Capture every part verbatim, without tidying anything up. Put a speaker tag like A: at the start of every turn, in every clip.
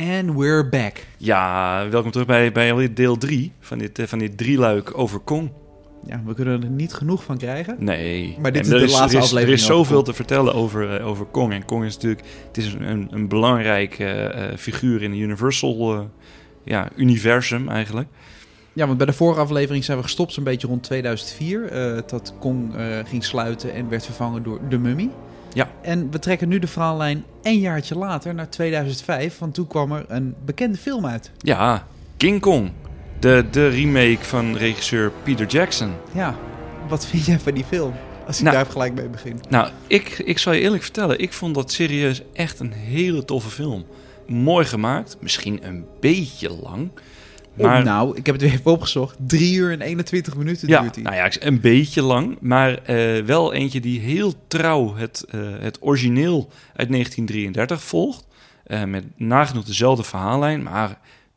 A: And we're back.
B: Ja, welkom terug bij, bij alweer deel drie van dit, uh, van dit drieluik over Kong.
A: Ja, we kunnen er niet genoeg van krijgen.
B: Nee.
A: Maar dit
B: en
A: is de
B: is,
A: laatste
B: er is,
A: aflevering.
B: Er is zoveel te vertellen over, uh, over Kong. En Kong is natuurlijk het is een, een, een belangrijke uh, figuur in het Universal uh, ja, universum eigenlijk.
A: Ja, want bij de vorige aflevering zijn we gestopt zo'n beetje rond tweeduizend vier. Uh, dat Kong uh, ging sluiten en werd vervangen door de Mummy.
B: Ja.
A: En we trekken nu de verhaallijn een jaartje later naar tweeduizend vijf. Want toen kwam er een bekende film uit.
B: Ja, King Kong. De, de remake van regisseur Peter Jackson.
A: Ja, wat vind jij van die film? Als ik
B: nou,
A: daar gelijk mee begin.
B: Nou, ik, ik zal je eerlijk vertellen. Ik vond dat serieus echt een hele toffe film. Mooi gemaakt. Misschien een beetje lang. Maar,
A: oh, nou, ik heb het weer even opgezocht. Drie uur en eenentwintig minuten
B: ja,
A: duurt die.
B: Nou ja, een beetje lang. Maar uh, wel eentje die heel trouw het, uh, het origineel uit negentien drieëndertig volgt. Uh, met nagenoeg dezelfde verhaallijn. Maar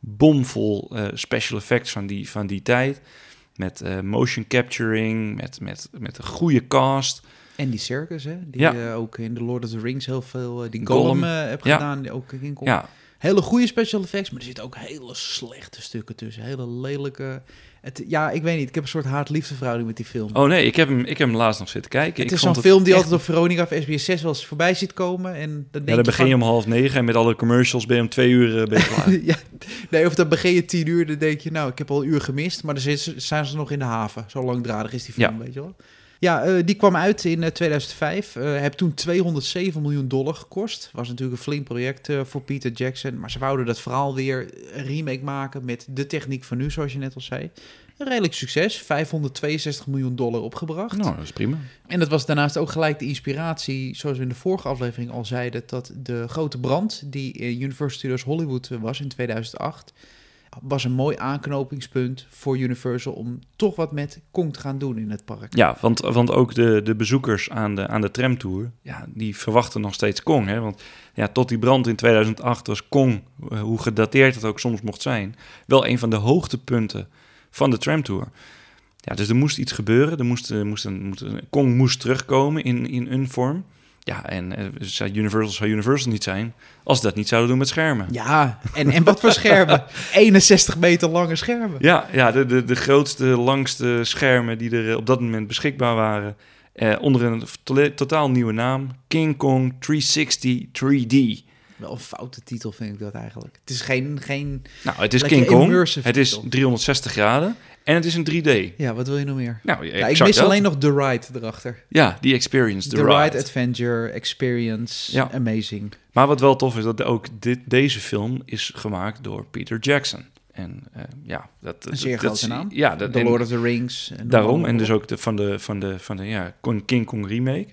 B: bomvol uh, special effects van die, van die tijd. Met uh, motion capturing. Met, met, met een goede cast.
A: En die Serkis, hè? Die
B: ja.
A: uh, ook in The Lord of the Rings heel veel... Uh, die Gollum uh, heb ja. gedaan. Die ook in Kong.
B: Ja.
A: Hele goede special effects, maar er zitten ook hele slechte stukken tussen. Hele lelijke... Het, ja, ik weet niet. Ik heb een soort haat-liefdeverhouding met die film.
B: Oh nee, ik heb hem, ik heb hem laatst nog zitten kijken.
A: Het
B: ik
A: is zo'n film die echt... altijd op Veronica of S B S zes wel eens voorbij ziet komen. En dan, denk
B: ja, dan begin je
A: van...
B: om half negen en met alle commercials ben je om twee uur uh, ben je klaar.
A: ja, nee, of dan begin je tien uur, dan denk je... nou, ik heb al een uur gemist, maar dan zijn ze nog in de haven. Zo langdradig is die film,
B: ja.
A: weet je wel. Ja, uh, die kwam uit in uh, tweeduizend vijf. Uh, heb toen tweehonderdzeven miljoen dollar gekost. Was natuurlijk een flink project uh, voor Peter Jackson. Maar ze wouden dat verhaal weer een remake maken met de techniek van nu, zoals je net al zei. Een redelijk succes. vijfhonderdtweeënzestig miljoen dollar opgebracht.
B: Nou, dat is prima.
A: En dat was daarnaast ook gelijk de inspiratie, zoals we in de vorige aflevering al zeiden, dat de grote brand die in Universal Studios Hollywood was in tweeduizend acht... was een mooi aanknopingspunt voor Universal om toch wat met Kong te gaan doen in het park.
B: Ja, want, want ook de, de bezoekers aan de, aan de tramtour, ja, die verwachten nog steeds Kong. Hè? Want ja, tot die brand in tweeduizend acht was Kong, hoe gedateerd het ook soms mocht zijn, wel een van de hoogtepunten van de tramtour. Ja, dus er moest iets gebeuren. Er moest, moest een, moest een, Kong moest terugkomen in, in een vorm. Ja, en uh, Universal zou Universal niet zijn als ze dat niet zouden doen met schermen.
A: Ja, en, en wat voor schermen? eenenzestig meter lange schermen.
B: Ja, ja de, de, de grootste, langste schermen die er op dat moment beschikbaar waren. Uh, onder een to- totaal nieuwe naam. King Kong driehonderdzestig drie D.
A: Wel een foute titel vind ik dat eigenlijk. Het is geen... geen
B: nou, het is King Kong. Het is driehonderdzestig graden. En het is een drie D.
A: Ja, wat wil je nog meer?
B: Nou,
A: ja, ik mis dat. alleen nog The Ride erachter.
B: Ja, die experience, The,
A: The
B: Ride.
A: Ride Adventure, Experience, ja. Amazing.
B: Maar wat wel tof is, dat ook dit, deze film is gemaakt door Peter Jackson. En uh, ja, dat...
A: Een zeer grote naam.
B: Ja, dat,
A: The Lord of the Rings.
B: En daarom, en dus ook de, van de, van de, van de ja, King Kong remake.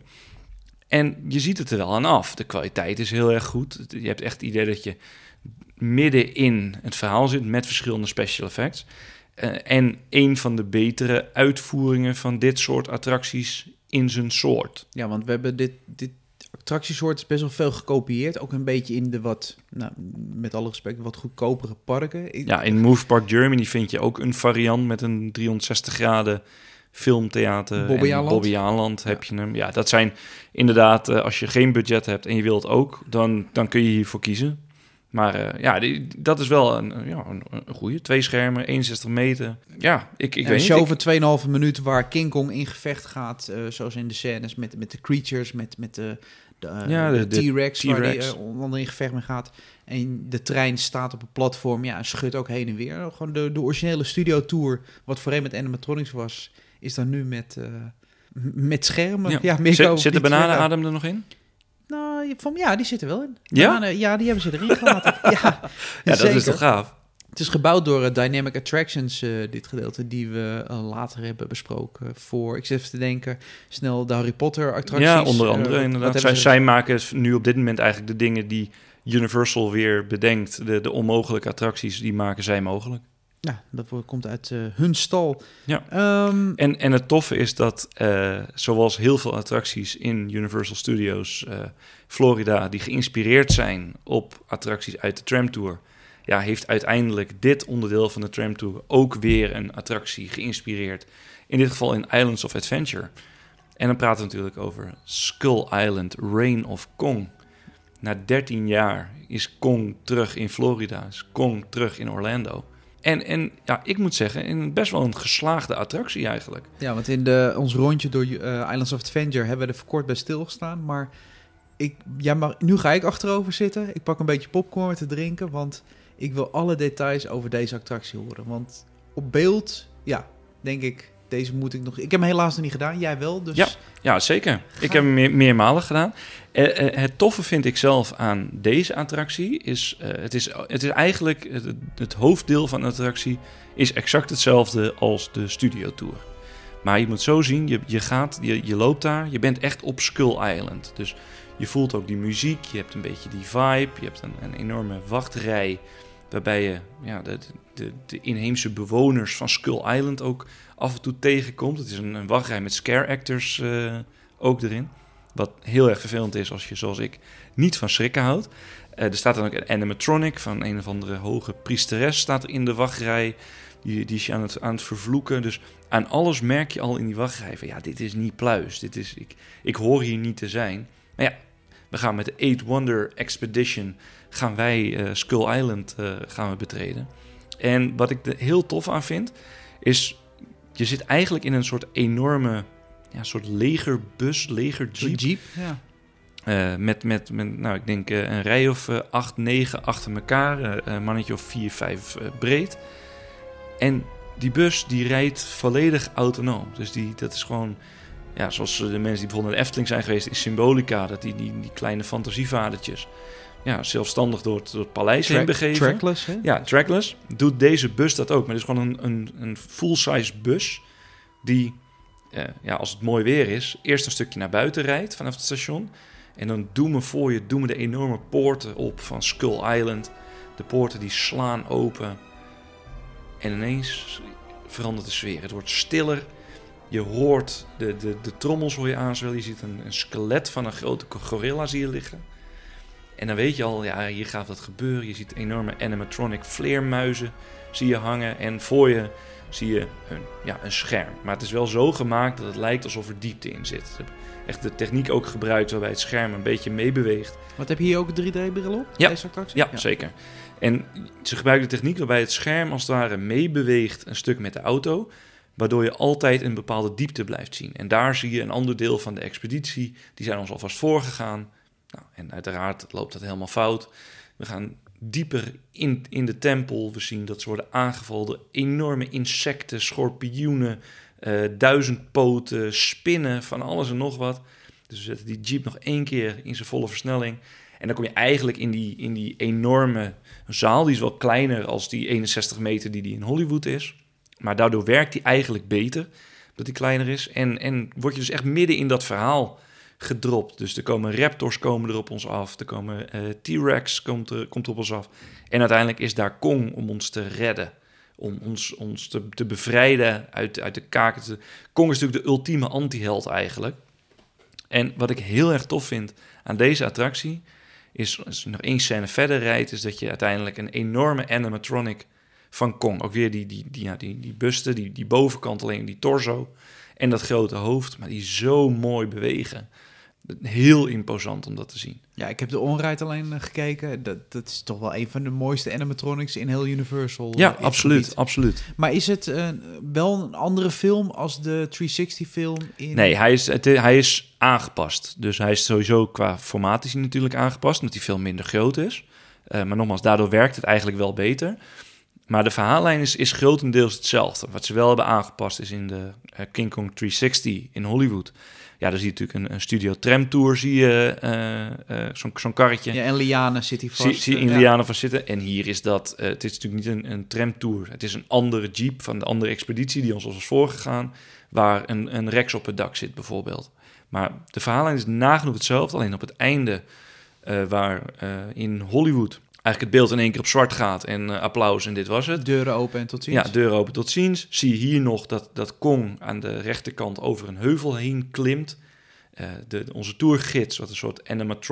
B: En je ziet het er wel aan af. De kwaliteit is heel erg goed. Je hebt echt het idee dat je midden in het verhaal zit met verschillende special effects. Uh, en een van de betere uitvoeringen van dit soort attracties in zijn soort.
A: Ja, want we hebben dit, dit attractiesoort is best wel veel gekopieerd. Ook een beetje in de wat, nou, met alle respect, wat goedkopere parken.
B: Ja, in Move Park Germany vind je ook een variant met een driehonderdzestig graden filmtheater.
A: Bobbejaanland.
B: Bobbejaanland heb je hem. Ja, dat zijn inderdaad, uh, als je geen budget hebt en je wilt ook, dan, dan kun je hiervoor kiezen. Maar uh, ja, die, dat is wel een, ja, een, een goede. Twee schermen, eenenzestig meter. Ja, ik, ik
A: en
B: weet
A: een show
B: niet.
A: van twee komma vijf minuten waar King Kong in gevecht gaat. Uh, zoals in de scènes met, met de creatures, met, met de, de, uh,
B: ja, de,
A: de T-Rex,
B: de T-Rex
A: waar die uh, onder in gevecht mee gaat. En de trein staat op een platform, ja, en schudt ook heen en weer. Gewoon de, de originele studio tour, wat voorheen met animatronics was, is dan nu met, uh, met schermen.
B: Ja.
A: Ja, meer
B: zit zit de bananenadem er nog in?
A: Nou, van, ja, die zitten wel in.
B: Ja?
A: Bananen, ja, die hebben ze erin gelaten. ja,
B: ja, dat
A: zeker.
B: is toch gaaf?
A: Het is gebouwd door uh, Dynamic Attractions, uh, dit gedeelte, die we uh, later hebben besproken voor, ik zit even te denken, snel de Harry Potter attracties.
B: Ja, onder andere
A: uh,
B: inderdaad. Zij, zij maken nu op dit moment eigenlijk de dingen die Universal weer bedenkt. De, de onmogelijke attracties, die maken zij mogelijk.
A: Ja, dat komt uit uh, hun stal.
B: Ja.
A: Um,
B: en, en het toffe is dat, uh, zoals heel veel attracties in Universal Studios uh, Florida, die geïnspireerd zijn op attracties uit de tramtour, ja, heeft uiteindelijk dit onderdeel van de tramtour ook weer een attractie geïnspireerd. In dit geval in Islands of Adventure. En dan praten we natuurlijk over Skull Island, Reign of Kong. na dertien jaar is Kong terug in Florida, is Kong terug in Orlando. En, en ja, ik moet zeggen, in best wel een geslaagde attractie eigenlijk.
A: Ja, want in de, ons rondje door uh, Islands of Adventure hebben we er voor kort bij stilgestaan. Maar ik, ja, maar nu ga ik achterover zitten. Ik pak een beetje popcorn te drinken, want ik wil alle details over deze attractie horen. Want op beeld, ja, denk ik, deze moet ik nog... Ik heb hem helaas nog niet gedaan, jij wel, dus...
B: Ja, ja zeker. Ga. Ik heb hem meer, meermalen gedaan. Uh, uh, het toffe vind ik zelf aan deze attractie is... Uh, het, is het is eigenlijk... Het, het hoofddeel van de attractie is exact hetzelfde als de Studio Tour. Maar je moet zo zien, je, je gaat, je, je loopt daar, je bent echt op Skull Island. Dus je voelt ook die muziek, je hebt een beetje die vibe, je hebt een, een enorme wachtrij... waarbij je ja, de, de, de inheemse bewoners van Skull Island ook af en toe tegenkomt. Het is een, een wachtrij met scare actors uh, ook erin. Wat heel erg vervelend is als je, zoals ik, niet van schrikken houdt. Uh, er staat dan ook een animatronic van een of andere hoge priesteres staat er in de wachtrij. Die, die is je aan het, aan het vervloeken. Dus aan alles merk je al in die wachtrij van... ja, dit is niet pluis. Dit is, ik, ik hoor hier niet te zijn. Maar ja, we gaan met de Eight Wonder Expedition... gaan wij uh, Skull Island uh, gaan we betreden. En wat ik er heel tof aan vind... is, je zit eigenlijk in een soort enorme... ja, soort legerbus, legerjeep.
A: Jeep, ja.
B: Uh, met, met, met, nou, ik denk uh, een rij of uh, acht, negen achter elkaar. Uh, een mannetje of vier, vijf uh, breed. En die bus, die rijdt volledig autonoom. Dus die, dat is gewoon... ja, zoals de mensen die bijvoorbeeld naar de Efteling zijn geweest... in Symbolica, dat die, die, die kleine fantasievadertjes... ja, zelfstandig door het, door het paleis Tra- heen begeven.
A: Trackless, hè?
B: Ja, trackless. Doet deze bus dat ook. Maar het is gewoon een, een, een full-size bus... die, uh, ja, als het mooi weer is... eerst een stukje naar buiten rijdt vanaf het station... en dan doen we voor je doen we de enorme poorten op van Skull Island. De poorten die slaan open... en ineens verandert de sfeer. Het wordt stiller. Je hoort de, de, de trommels hoor je aanzwellen. Je ziet een, een skelet van een grote gorilla zie je liggen. En dan weet je al, ja, hier gaat wat gebeuren. Je ziet enorme animatronic vleermuizen zie je hangen. En voor je zie je een, ja, een scherm. Maar het is wel zo gemaakt dat het lijkt alsof er diepte in zit. Ze hebben echt de techniek ook gebruikt waarbij het scherm een beetje meebeweegt.
A: Wat heb je hier ook een drie D-bril op?
B: Ja,
A: deze attractie?
B: ja, ja, zeker. En ze gebruiken de techniek waarbij het scherm als het ware meebeweegt een stuk met de auto, waardoor je altijd een bepaalde diepte blijft zien. En daar zie je een ander deel van de expeditie. Die zijn ons alvast voorgegaan. Nou, en uiteraard loopt dat helemaal fout. We gaan dieper in, in de tempel. We zien dat ze worden aangevallen door enorme insecten, schorpioenen, uh, duizendpoten, spinnen, van alles en nog wat. Dus we zetten die jeep nog één keer in zijn volle versnelling. En dan kom je eigenlijk in die, in die enorme zaal. Die is wel kleiner als die eenenzestig meter die die in Hollywood is. Maar daardoor werkt die eigenlijk beter, dat die kleiner is. En, en word je dus echt midden in dat verhaal gedropt. Dus er komen raptors komen er op ons af. Er komen uh, T-Rex komt er, komt op ons af. En uiteindelijk is daar Kong om ons te redden. Om ons, ons te, te bevrijden uit, uit de kaken. Te... Kong is natuurlijk de ultieme anti-held eigenlijk. En wat ik heel erg tof vind aan deze attractie is, als je nog één scène verder rijdt, is dat je uiteindelijk een enorme animatronic van Kong, ook weer die, die, die, ja, die, die busten, die, die bovenkant alleen, die torso en dat grote hoofd, maar die zo mooi bewegen. Heel imposant om dat te zien.
A: Ja, ik heb de onride alleen uh, gekeken. Dat, dat is toch wel een van de mooiste animatronics in heel Universal.
B: Ja,
A: uh,
B: absoluut,
A: gebied. absoluut.
B: Maar
A: is het uh, wel een andere film als de driehonderdzestig film? In...
B: Nee, hij is, het, hij is aangepast. Dus hij is sowieso qua formaat is hij natuurlijk aangepast, omdat hij veel minder groot is. Uh, maar nogmaals, daardoor werkt het eigenlijk wel beter. Maar de verhaallijn is, is grotendeels hetzelfde. Wat ze wel hebben aangepast is in de uh, King Kong driehonderdzestig in Hollywood. Ja, daar zie je natuurlijk een, een studio tramtour, zie je uh, uh, zo'n, zo'n karretje.
A: Ja, en Liane zit hier vast.
B: Zie, zie je in ja. Liane vast zitten. En hier is dat, uh, het is natuurlijk niet een, een tramtour. Het is een andere jeep van de andere expeditie die ons was voorgegaan, waar een, een Rex op het dak zit bijvoorbeeld. Maar de verhaallijn is nagenoeg hetzelfde, alleen op het einde, uh, waar uh, in Hollywood eigenlijk het beeld in één keer op zwart gaat en uh, applaus en dit was het.
A: Deuren open en tot ziens.
B: Ja, deuren open tot ziens. Zie je hier nog dat, dat Kong aan de rechterkant over een heuvel heen klimt. Uh, de, onze tourgids, wat een soort animatronic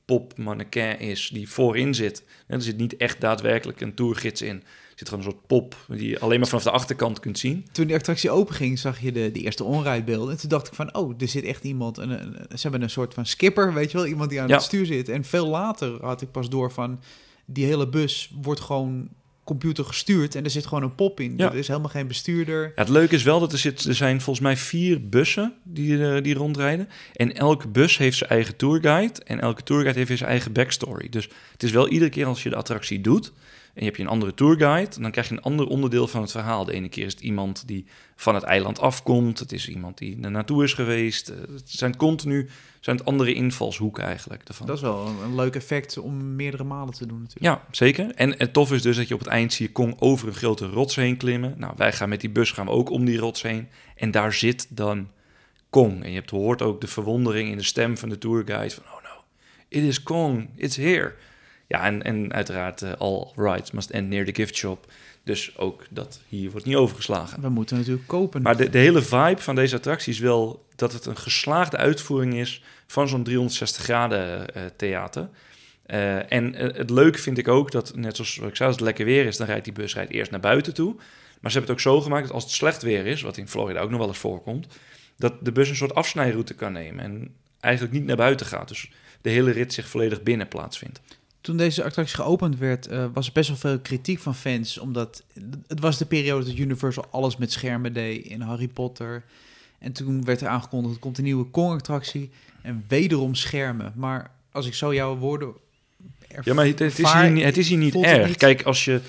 B: popmannequin is die voorin zit. En er zit niet echt daadwerkelijk een tourgids in. Er zit gewoon een soort pop die je alleen maar vanaf de achterkant kunt zien.
A: Toen die attractie openging, zag je de, de eerste onrijdbeelden. En toen dacht ik van, oh, er zit echt iemand... Een, een, ze hebben een soort van skipper, weet je wel? Iemand die aan
B: Ja.
A: het stuur zit. En veel later had ik pas door van... die hele bus wordt gewoon computer gestuurd... en er zit gewoon een pop in.
B: Ja.
A: Er is helemaal geen bestuurder.
B: Ja, het leuke is wel dat er, zit, er zijn volgens mij vier bussen die, uh, die rondrijden. En elke bus heeft zijn eigen tourguide. En elke tourguide heeft weer zijn eigen backstory. Dus het is wel iedere keer als je de attractie doet... en je hebt je een andere tourguide... dan krijg je een ander onderdeel van het verhaal. De ene keer is het iemand die van het eiland afkomt. Het is iemand die er naartoe is geweest. Het zijn continu zijn het andere invalshoeken eigenlijk. Daarvan.
A: Dat is wel een, een leuk effect om meerdere malen te doen natuurlijk.
B: Ja, zeker. En het tof is dus dat je op het eind zie je Kong over een grote rots heen klimmen. Nou, wij gaan met die bus gaan we ook om die rots heen. En daar zit dan Kong. En je hebt hoort ook de verwondering in de stem van de tourguide. Van, oh no, it is Kong, it's here. Ja, en, en uiteraard uh, all rides must end near the gift shop. Dus ook dat hier wordt niet overgeslagen.
A: We moeten natuurlijk kopen.
B: Maar de, de hele vibe van deze attractie is wel dat het een geslaagde uitvoering is van zo'n driehonderdzestig graden uh, theater. Uh, en uh, het leuke vind ik ook dat, net zoals wat ik zei, als het lekker weer is, dan rijdt die bus rijdt eerst naar buiten toe. Maar ze hebben het ook zo gemaakt dat als het slecht weer is, wat in Florida ook nog wel eens voorkomt, dat de bus een soort afsnijroute kan nemen en eigenlijk niet naar buiten gaat. Dus de hele rit zich volledig binnen plaatsvindt.
A: Toen deze attractie geopend werd, uh, was er best wel veel kritiek van fans. Omdat het was de periode dat Universal alles met schermen deed in Harry Potter. En toen werd er aangekondigd, er komt een nieuwe Kong-attractie. En wederom schermen. Maar als ik zo jouw woorden ervaar...
B: Ja, maar het, het, is, hier niet, het is hier niet erg. Niet... Kijk, als je uh,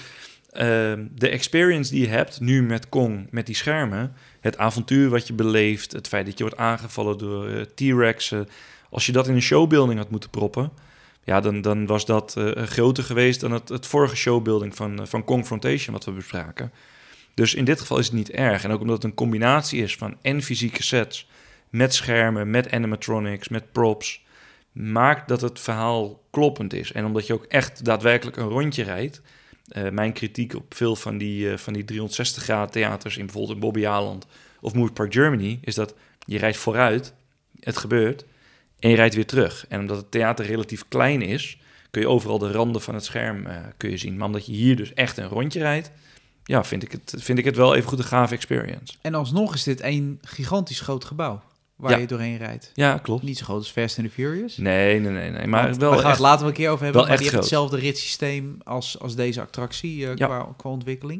B: de experience die je hebt nu met Kong, met die schermen... het avontuur wat je beleeft, het feit dat je wordt aangevallen door uh, T-Rexen... als je dat in een showbuilding had moeten proppen... ja, dan, dan was dat uh, groter geweest dan het, het vorige showbuilding van, uh, van Kongfrontation wat we bespraken. Dus in dit geval is het niet erg. En ook omdat het een combinatie is van en fysieke sets... met schermen, met animatronics, met props... maakt dat het verhaal kloppend is. En omdat je ook echt daadwerkelijk een rondje rijdt... Uh, mijn kritiek op veel van die, uh, van die driehonderdzestig graden theaters... in bijvoorbeeld in Bobby Aland of Movie Park Germany... is dat je rijdt vooruit, het gebeurt... en je rijdt weer terug. En omdat het theater relatief klein is... kun je overal de randen van het scherm uh, kun je zien. Maar omdat je hier dus echt een rondje rijdt... ja, vind ik het, vind ik het wel even goed een gave experience.
A: En alsnog is dit één gigantisch groot gebouw... waar
B: ja.
A: je doorheen rijdt.
B: Ja, klopt.
A: Niet zo groot als Fast and the Furious.
B: Nee, nee, nee. nee. Maar
A: Want
B: wel
A: we gaan
B: echt,
A: het later een keer over hebben.
B: wel
A: Maar
B: echt
A: die heeft
B: groot.
A: hetzelfde ritssysteem als, als deze attractie uh,
B: Ja.
A: qua, qua ontwikkeling.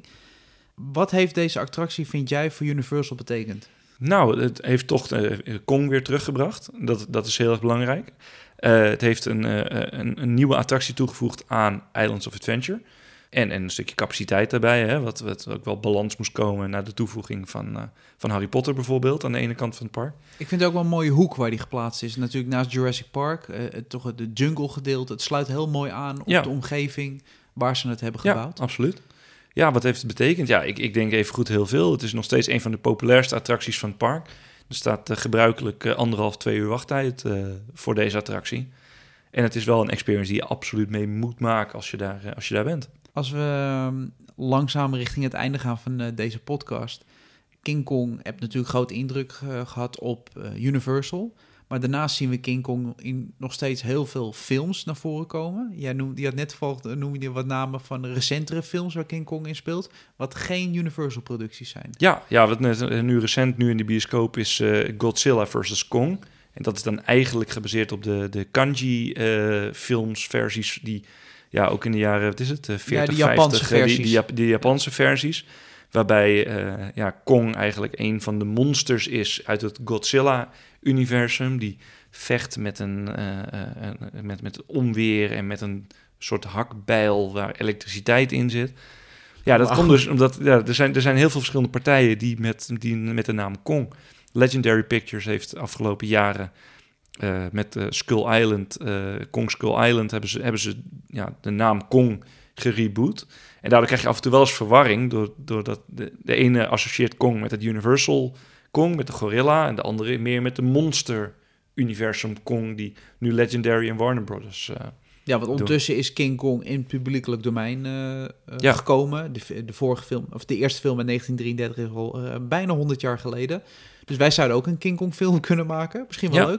A: Wat heeft deze attractie, vind jij, voor Universal betekend?
B: Nou, het heeft toch uh, Kong weer teruggebracht. Dat, dat is heel erg belangrijk. Uh, het heeft een, uh, een, een nieuwe attractie toegevoegd aan Islands of Adventure. En, en een stukje capaciteit daarbij, hè, wat, wat ook wel balans moest komen... naar de toevoeging van, uh, van Harry Potter bijvoorbeeld... aan de ene kant van het park.
A: Ik vind het ook wel een mooie hoek waar die geplaatst is. Natuurlijk naast Jurassic Park, uh, toch het jungle gedeelte. Het sluit heel mooi aan op
B: Ja.
A: de omgeving waar ze het hebben gebouwd.
B: Ja, absoluut. Ja, wat heeft het betekend? Ja, ik, ik denk even goed heel veel. Het is nog steeds een van de populairste attracties van het park. Er staat uh, gebruikelijk uh, anderhalf, twee uur wachttijd uh, voor deze attractie. En het is wel een experience die je absoluut mee moet maken als je daar, uh, als je daar bent.
A: Als we um, langzaam richting het einde gaan van uh, deze podcast... King Kong heeft natuurlijk grote indruk uh, gehad op uh, Universal... maar daarnaast zien we King Kong in nog steeds heel veel films naar voren komen. Jij noemde, je had net toevallig noemde je wat namen van de recentere films waar King Kong in speelt... wat geen Universal-producties zijn.
B: Ja, ja, wat net, nu recent nu in de bioscoop is uh, Godzilla versus. Kong. En dat is dan eigenlijk gebaseerd op de, de Kanji-films, uh, versies... die ja, ook in de jaren, wat is het, uh, veertig,
A: ja, die Japanse
B: vijftig,
A: versies.
B: Die, die, Jap- die Japanse versies, waarbij uh, ja, Kong eigenlijk een van de monsters is uit het Godzilla-universum, die vecht met een uh, uh, met, met onweer en met een soort hakbijl waar elektriciteit in zit. Ja, dat
A: Wow.
B: komt dus omdat ja, er, zijn, er zijn heel veel verschillende partijen die met, die met de naam Kong. Legendary Pictures heeft de afgelopen jaren Uh, met uh, Skull Island, uh, Kong Skull Island, hebben ze, hebben ze ja, de naam Kong gereboot. En daardoor krijg je af en toe wel eens verwarring, doordat de, de ene associeert Kong met het Universal Kong, met de gorilla, en de andere meer met de monster-universum Kong, die nu Legendary en Warner Brothers uh,
A: Ja, want ondertussen is King Kong in het publiekelijk domein uh, uh,
B: ja.
A: gekomen. De, de vorige film, of de eerste film in negentien drieëndertig is al uh, bijna honderd jaar geleden. Dus wij zouden ook een King Kong film kunnen maken. Misschien wel
B: ja.
A: leuk.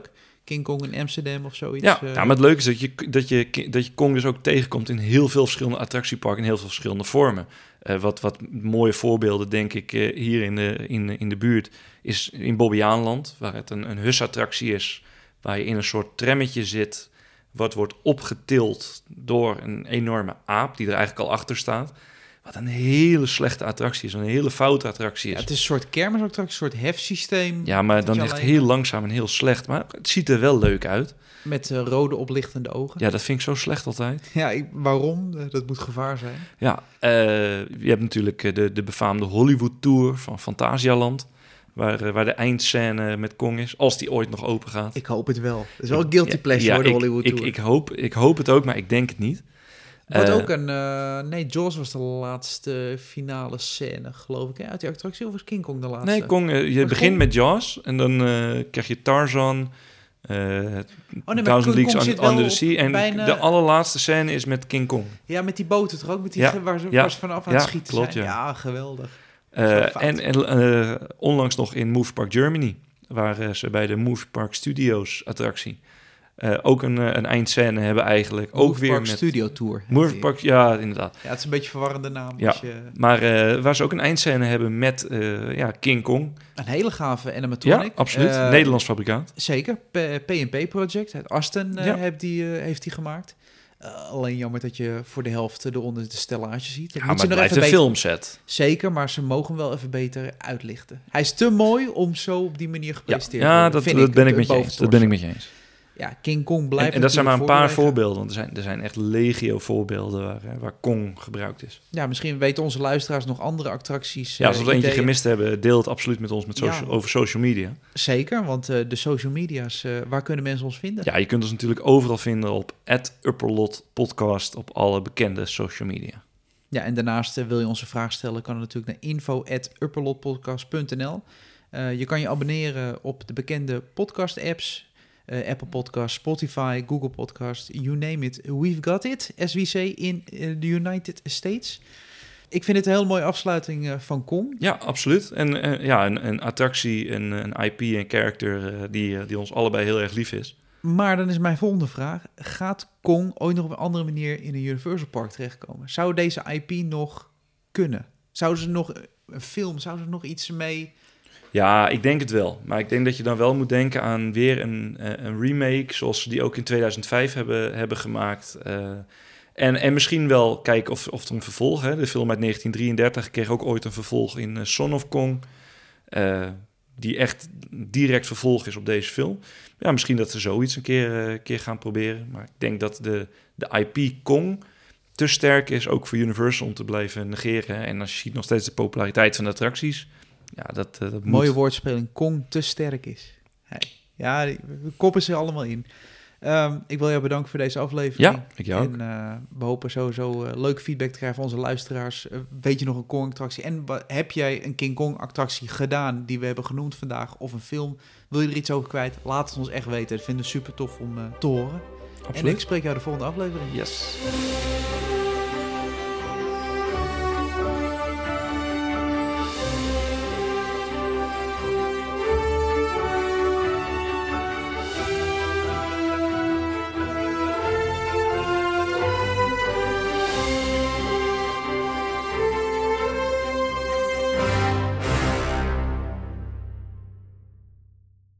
A: King Kong in Amsterdam of zoiets.
B: Ja,
A: uh,
B: ja, maar het leuke is dat je, dat, je, dat je Kong dus ook tegenkomt in heel veel verschillende attractieparken, in heel veel verschillende vormen. Uh, wat, wat mooie voorbeelden, denk ik, uh, hier in de, in, in de buurt, is in Bobbejaanland, waar het een, een husattractie is, waar je in een soort trammetje zit, wat wordt opgetild door een enorme aap, die er eigenlijk al achter staat. Wat een hele slechte attractie is, een hele foute attractie is.
A: Ja, het is een soort kermisattractie, een soort hefsysteem.
B: Ja, maar dan echt
A: alleen...
B: heel langzaam en heel slecht. Maar het ziet er wel leuk uit.
A: Met uh, rode oplichtende ogen.
B: Ja, dat vind ik zo slecht altijd.
A: Ja, ik, waarom? Dat moet gevaar zijn.
B: Ja, uh, je hebt natuurlijk de, de befaamde Hollywood Tour van Fantasialand. Waar, waar de eindscène met Kong is, als die ooit nog open gaat.
A: Ik hoop het wel. Het is wel een guilty pleasure,
B: ja,
A: hoor, de
B: ik,
A: Hollywood Tour.
B: Ik, ik, hoop, ik hoop het ook, maar ik denk het niet.
A: Wordt
B: Uh,
A: ook een... Uh, nee, Jaws was de laatste finale scène, geloof ik, hè? Uit die attractie. Of was King Kong de laatste?
B: Nee, Kong, uh, je
A: maar
B: begint
A: Kong...
B: met Jaws en dan uh, krijg je Tarzan, uh,
A: oh, nee,
B: Thousand Leagues
A: Kong
B: Under the Sea. En
A: bijna...
B: de allerlaatste scène is met King Kong.
A: Ja, met die boten toch ook? Met die
B: ja,
A: ge- waar ze,
B: ja,
A: waar ze vanaf aan
B: ja,
A: het schieten
B: klopt,
A: zijn.
B: Ja,
A: ja geweldig.
B: Uh, en en uh, onlangs nog in Movie Park Germany, waar uh, ze bij de Movie Park Studios attractie uh, ook een, uh, een eindscène hebben eigenlijk.
A: Movie
B: ook weer
A: Park
B: met
A: Studio Tour.
B: Movie Park, ja, inderdaad.
A: Ja, het is een beetje een verwarrende naam.
B: Ja,
A: als je...
B: maar uh, waar ze ook een eindscène hebben met uh, ja, King Kong.
A: Een hele gave animatronic.
B: Ja, absoluut. Uh, Nederlands fabrikant.
A: Zeker. P en P Project uit Aston uh, ja. heeft die, uh, heeft die gemaakt. Uh, alleen jammer dat je voor de helft eronder de stellage ziet. Dat
B: ja,
A: moet
B: maar
A: ze
B: het
A: nog
B: blijft
A: even
B: een
A: beter...
B: filmset.
A: Zeker, maar ze mogen wel even beter uitlichten. Hij is te mooi om zo op die manier gepresenteerd te
B: ja,
A: worden.
B: Ja, dat, dat,
A: ik,
B: ben ik met je eens. dat ben ik met je eens.
A: Ja, King Kong blijft...
B: En, en dat zijn maar een paar voorbeelden. Want er zijn, er zijn echt legio voorbeelden waar, waar Kong gebruikt is.
A: Ja, misschien weten onze luisteraars nog andere attracties.
B: Ja, als we
A: uh,
B: er eentje
A: ideeën.
B: gemist hebben, deel het absoluut met ons met social, ja. over social media.
A: Zeker, want uh, de social media's, uh, waar kunnen mensen ons vinden?
B: Ja, je kunt ons natuurlijk overal vinden op at Upperlot Podcast op alle bekende social media.
A: Ja, en daarnaast uh, wil je onze vraag stellen, kan het natuurlijk naar info at upperlotpodcast punt n l. Uh, je kan je abonneren op de bekende podcast-apps. Uh, Apple Podcast, Spotify, Google Podcast, you name it. We've got it, as we say in uh, the United States. Ik vind het een heel mooie afsluiting uh, van Kong.
B: Ja, absoluut. En uh, ja, een, een attractie, een, een I P en character uh, die, uh, die ons allebei heel erg lief is.
A: Maar dan is mijn volgende vraag. Gaat Kong ooit nog op een andere manier in een Universal Park terechtkomen? Zou deze I P nog kunnen? Zouden ze nog een film, zouden ze nog iets mee...
B: Ja, ik denk het wel. Maar ik denk dat je dan wel moet denken aan weer een, uh, een remake, zoals ze die ook in tweeduizend vijf hebben, hebben gemaakt. Uh, en, en misschien wel kijken of, of er een vervolg, hè. De film uit negentien drieëndertig kreeg ook ooit een vervolg in uh, Son of Kong, uh, die echt direct vervolg is op deze film. Ja, misschien dat ze zoiets een keer, uh, keer gaan proberen. Maar ik denk dat de, de I P Kong te sterk is, ook voor Universal, om te blijven negeren. En als je ziet nog steeds de populariteit van de attracties... Ja, dat, uh, dat
A: mooie
B: moet.
A: woordspeling. Kong te sterk is. Hey. Ja, we koppen ze allemaal in. Um, ik wil jou bedanken voor deze aflevering.
B: Ja, ik jou ook.
A: En uh, we hopen sowieso uh, leuke feedback te krijgen van onze luisteraars. Uh, weet je nog een Kong-attractie? En uh, heb jij een King Kong-attractie gedaan die we hebben genoemd vandaag? Of een film? Wil je er iets over kwijt? Laat het ons echt weten. Dat vinden we super tof om uh, te horen.
B: Absoluut.
A: En ik spreek jou de volgende aflevering.
B: Yes.